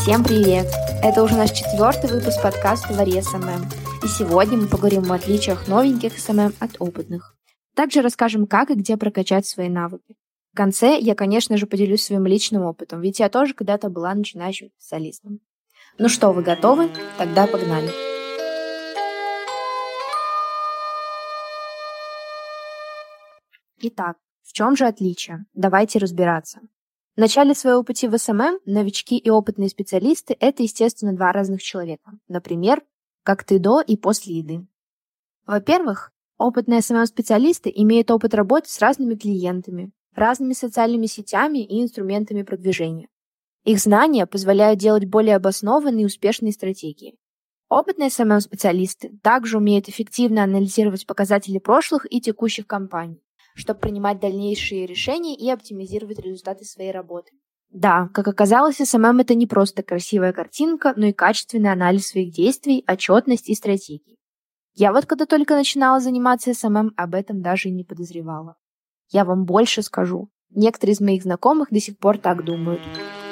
Всем привет! Это уже наш 4-й выпуск подкаста «Вари СММ». И сегодня мы поговорим о отличиях новеньких СММ от опытных. Также расскажем, как и где прокачать свои навыки. В конце я, конечно же, поделюсь своим личным опытом, ведь я тоже когда-то была начинающим специалистом. Ну что, вы готовы? Тогда погнали! Итак, в чем же отличие? Давайте разбираться. В начале своего пути в СММ новички и опытные специалисты – это, естественно, два разных человека. Например, как ты до и после еды. Во-первых, опытные СММ-специалисты имеют опыт работы с разными клиентами, разными социальными сетями и инструментами продвижения. Их знания позволяют делать более обоснованные и успешные стратегии. Опытные СММ-специалисты также умеют эффективно анализировать показатели прошлых и текущих кампаний, чтобы принимать дальнейшие решения и оптимизировать результаты своей работы. Да, как оказалось, СММ – это не просто красивая картинка, но и качественный анализ своих действий, отчетность и стратегий. Я вот когда только начинала заниматься СММ, об этом даже и не подозревала. Я вам больше скажу. Некоторые из моих знакомых до сих пор так думают.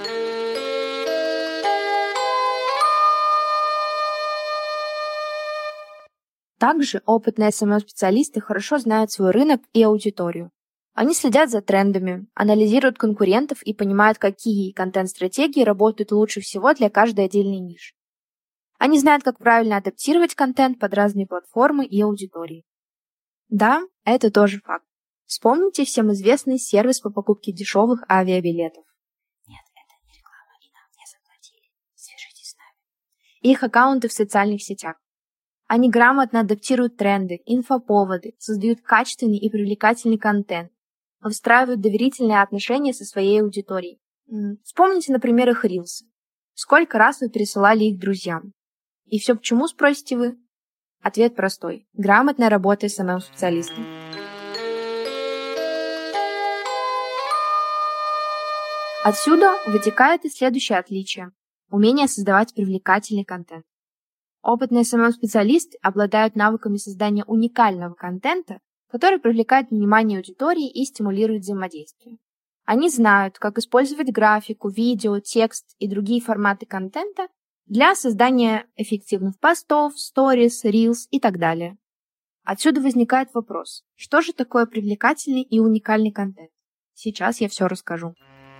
Также опытные СММ-специалисты хорошо знают свой рынок и аудиторию. Они следят за трендами, анализируют конкурентов и понимают, какие контент-стратегии работают лучше всего для каждой отдельной ниши. Они знают, как правильно адаптировать контент под разные платформы и аудитории. Да, это тоже факт. Вспомните всем известный сервис по покупке дешевых авиабилетов. Нет, это не реклама, и нам не заплатили. Свяжитесь с нами. Их аккаунты в социальных сетях. Они грамотно адаптируют тренды, инфоповоды, создают качественный и привлекательный контент, выстраивают доверительные отношения со своей аудиторией. Вспомните, например, их рилсы. Сколько раз вы пересылали их друзьям? И все почему, спросите вы? Ответ простой. Грамотная работа СММ-специалиста. Отсюда вытекает и следующее отличие. Умение создавать привлекательный контент. Опытные СММ-специалисты обладают навыками создания уникального контента, который привлекает внимание аудитории и стимулирует взаимодействие. Они знают, как использовать графику, видео, текст и другие форматы контента для создания эффективных постов, сторис, рилс и так далее. Отсюда возникает вопрос, что же такое привлекательный и уникальный контент? Сейчас я все расскажу.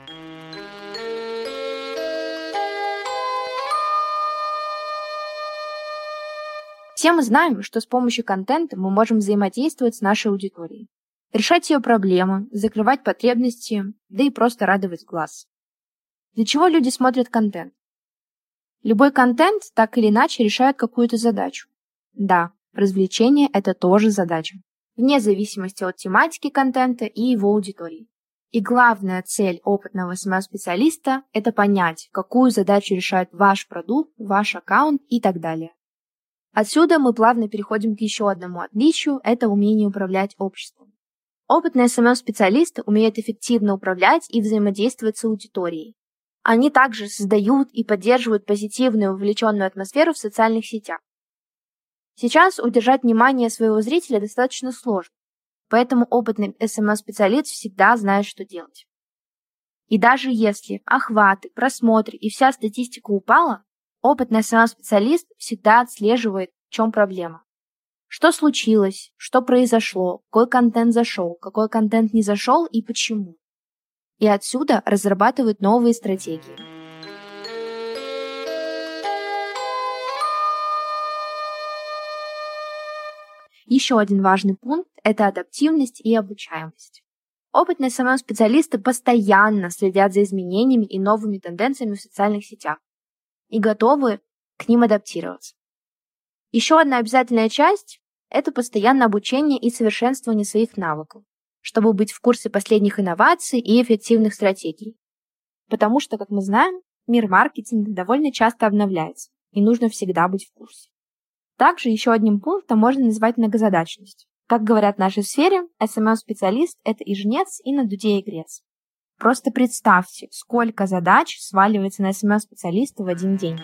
Все мы знаем, что с помощью контента мы можем взаимодействовать с нашей аудиторией, решать ее проблемы, закрывать потребности, да и просто радовать глаз. Для чего люди смотрят контент? Любой контент так или иначе решает какую-то задачу. Да, развлечение – это тоже задача, вне зависимости от тематики контента и его аудитории. И главная цель опытного СММ-специалиста – это понять, какую задачу решает ваш продукт, ваш аккаунт и так далее. Отсюда мы плавно переходим к еще одному отличию – это умение управлять обществом. Опытные СММ-специалисты умеют эффективно управлять и взаимодействовать с аудиторией. Они также создают и поддерживают позитивную вовлеченную атмосферу в социальных сетях. Сейчас удержать внимание своего зрителя достаточно сложно, поэтому опытный СММ-специалист всегда знает, что делать. И даже если охваты, просмотры и вся статистика упала, опытный СММ-специалист всегда отслеживает, в чем проблема. Что случилось, что произошло, какой контент зашел, какой контент не зашел и почему. И отсюда разрабатывают новые стратегии. Еще один важный пункт – это адаптивность и обучаемость. Опытные СММ-специалисты постоянно следят за изменениями и новыми тенденциями в социальных сетях и готовы к ним адаптироваться. Еще одна обязательная часть – это постоянное обучение и совершенствование своих навыков, чтобы быть в курсе последних инноваций и эффективных стратегий. Потому что, как мы знаем, мир маркетинга довольно часто обновляется, и нужно всегда быть в курсе. Также еще одним пунктом можно назвать многозадачность. Как говорят в нашей сфере, SMM-специалист – это и жнец, и на дуде игрец. Просто представьте, сколько задач сваливается на SMM-специалиста в один день.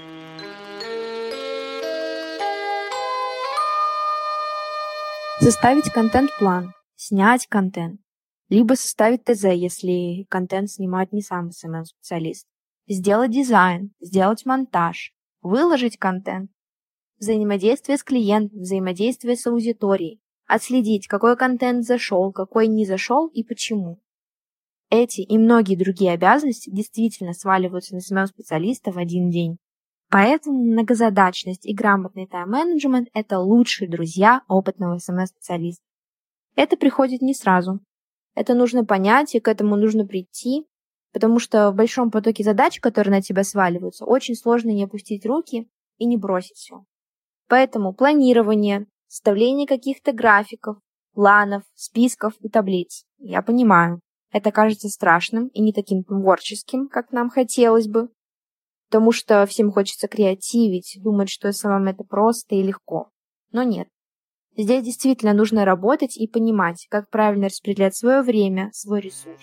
Составить контент-план, снять контент, либо составить ТЗ, если контент снимает не сам SMM-специалист, сделать дизайн, сделать монтаж, выложить контент, взаимодействие с клиентом, взаимодействие с аудиторией, отследить, какой контент зашел, какой не зашел и почему. Эти и многие другие обязанности действительно сваливаются на SMM-специалиста в один день. Поэтому многозадачность и грамотный тайм-менеджмент – это лучшие друзья опытного SMM-специалиста. Это приходит не сразу. Это нужно понять, и к этому нужно прийти, потому что в большом потоке задач, которые на тебя сваливаются, очень сложно не опустить руки и не бросить все. Поэтому планирование, составление каких-то графиков, планов, списков и таблиц. Я понимаю, это кажется страшным и не таким творческим, как нам хотелось бы, потому что всем хочется креативить, думать, что самому это просто и легко. Но нет. Здесь действительно нужно работать и понимать, как правильно распределять свое время, свой ресурс.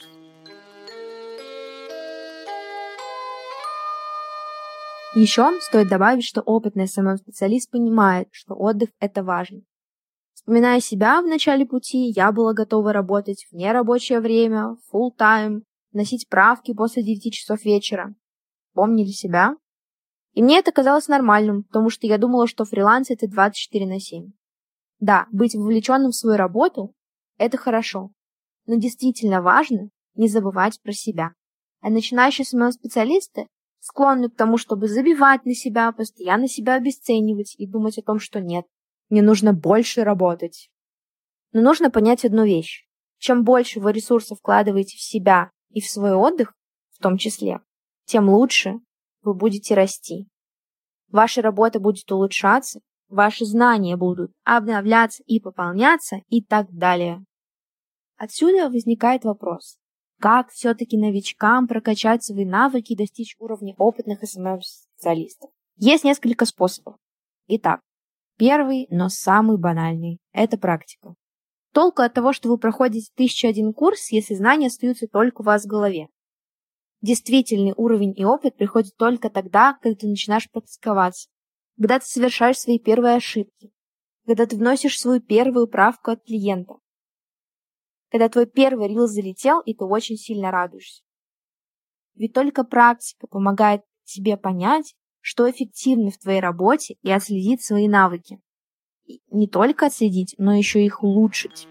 Еще стоит добавить, что опытный SMM-специалист понимает, что отдых – это важно. Вспоминая себя в начале пути, я была готова работать в нерабочее время, full-time, носить правки после 9 часов вечера. Помнили себя? И мне это казалось нормальным, потому что я думала, что фриланс – это 24/7. Да, быть вовлеченным в свою работу – это хорошо, но действительно важно не забывать про себя. А начинающие SMM-специалисты склонны к тому, чтобы забивать на себя, постоянно себя обесценивать и думать о том, что нет, мне нужно больше работать. Но нужно понять одну вещь. Чем больше вы ресурсов вкладываете в себя и в свой отдых, в том числе, тем лучше вы будете расти. Ваша работа будет улучшаться, ваши знания будут обновляться и пополняться и так далее. Отсюда возникает вопрос, как все-таки новичкам прокачать свои навыки и достичь уровня опытных SMM-специалистов? Есть несколько способов. Итак, первый, но самый банальный – это практика. Толку от того, что вы проходите 1001 курс, если знания остаются только у вас в голове. Действительный уровень и опыт приходят только тогда, когда ты начинаешь практиковаться, когда ты совершаешь свои первые ошибки, когда ты вносишь свою первую правку от клиента, когда твой первый рил залетел, и ты очень сильно радуешься. Ведь только практика помогает тебе понять, что эффективно в твоей работе, и отследить свои навыки. И не только отследить, но еще их улучшить.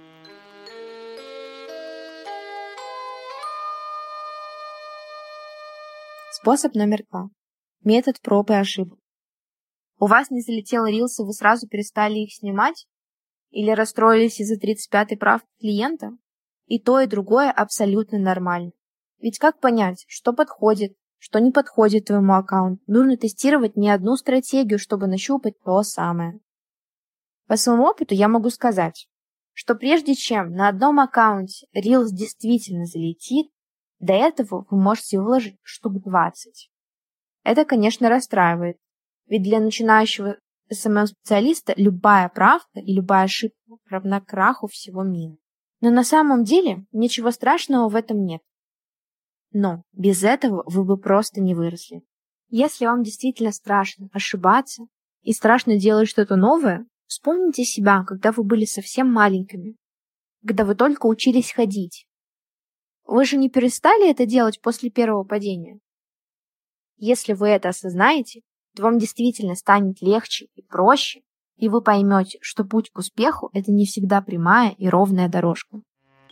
Способ номер 2. Метод проб и ошибок. У вас не залетел рилс, и вы сразу перестали их снимать? Или расстроились из-за 35-й правки клиента? И то, и другое абсолютно нормально. Ведь как понять, что подходит, что не подходит твоему аккаунту? Нужно тестировать не одну стратегию, чтобы нащупать то самое. По своему опыту я могу сказать, что прежде чем на одном аккаунте рилс действительно залетит, до этого вы можете выложить штук 20. Это, конечно, расстраивает. Ведь для начинающего SMM-специалиста любая правка и любая ошибка равна краху всего мира. Но на самом деле ничего страшного в этом нет. Но без этого вы бы просто не выросли. Если вам действительно страшно ошибаться и страшно делать что-то новое, вспомните себя, когда вы были совсем маленькими, когда вы только учились ходить. Вы же не перестали это делать после первого падения? Если вы это осознаете, то вам действительно станет легче и проще, и вы поймете, что путь к успеху – это не всегда прямая и ровная дорожка.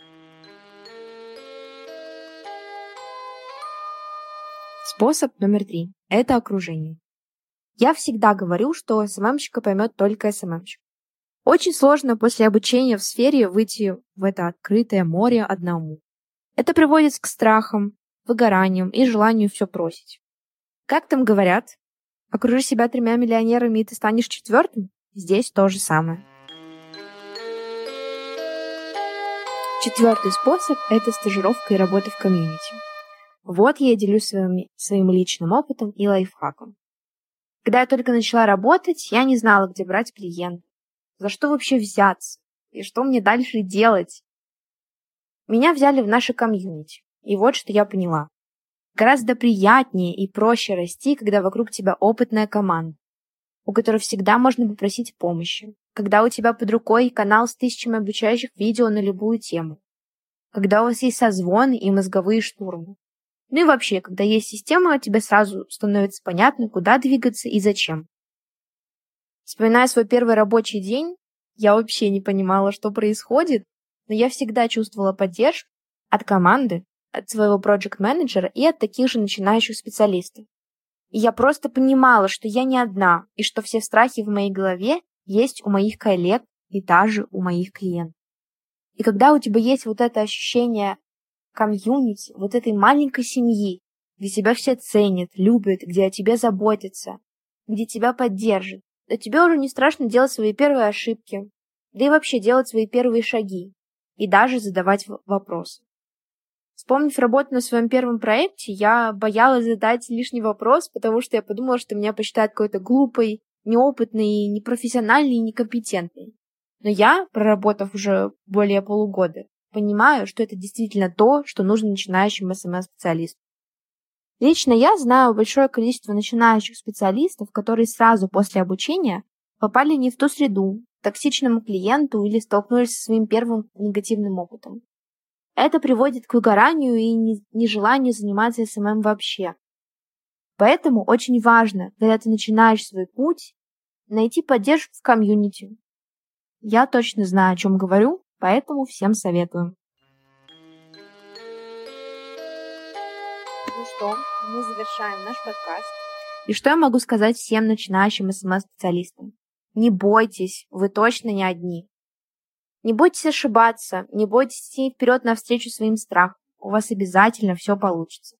Способ номер 3 – это окружение. Я всегда говорю, что СММщика поймет только СММщик. Очень сложно после обучения в сфере выйти в это открытое море одному. Это приводит к страхам, выгораниям и желанию все бросить. Как там говорят? Окружи себя 3 миллионерами, и ты станешь 4-м? Здесь то же самое. 4-й способ – это стажировка и работа в комьюнити. Вот я делюсь своим личным опытом и лайфхаком. Когда я только начала работать, я не знала, где брать клиентов, за что вообще взяться и что мне дальше делать. Меня взяли в наше комьюнити, и вот что я поняла. Гораздо приятнее и проще расти, когда вокруг тебя опытная команда, у которой всегда можно попросить помощи, когда у тебя под рукой канал с 1000 обучающих видео на любую тему, когда у вас есть созвоны и мозговые штурмы. Ну и вообще, когда есть система, тебе сразу становится понятно, куда двигаться и зачем. Вспоминая свой первый рабочий день, я вообще не понимала, что происходит, но я всегда чувствовала поддержку от команды, от своего проект-менеджера и от таких же начинающих специалистов. И я просто понимала, что я не одна, и что все страхи в моей голове есть у моих коллег и даже у моих клиентов. И когда у тебя есть вот это ощущение комьюнити, вот этой маленькой семьи, где тебя все ценят, любят, где о тебе заботятся, где тебя поддержат, то тебе уже не страшно делать свои первые ошибки, да и вообще делать свои первые шаги, и даже задавать вопросы. Вспомнив работу на своем первом проекте, я боялась задать лишний вопрос, потому что я подумала, что меня посчитают какой-то глупой, неопытной, непрофессиональной и некомпетентной. Но я, проработав уже более полугода, понимаю, что это действительно то, что нужно начинающим СММ-специалистам. Лично я знаю большое количество начинающих специалистов, которые сразу после обучения попали не в ту среду, к токсичному клиенту или столкнулись со своим первым негативным опытом. Это приводит к выгоранию и нежеланию заниматься СММ вообще. Поэтому очень важно, когда ты начинаешь свой путь, найти поддержку в комьюнити. Я точно знаю, о чем говорю, поэтому всем советую. Ну что, мы завершаем наш подкаст. И что я могу сказать всем начинающим СММ-специалистам? Не бойтесь, вы точно не одни. Не бойтесь ошибаться, не бойтесь идти вперед навстречу своим страхам. У вас обязательно все получится.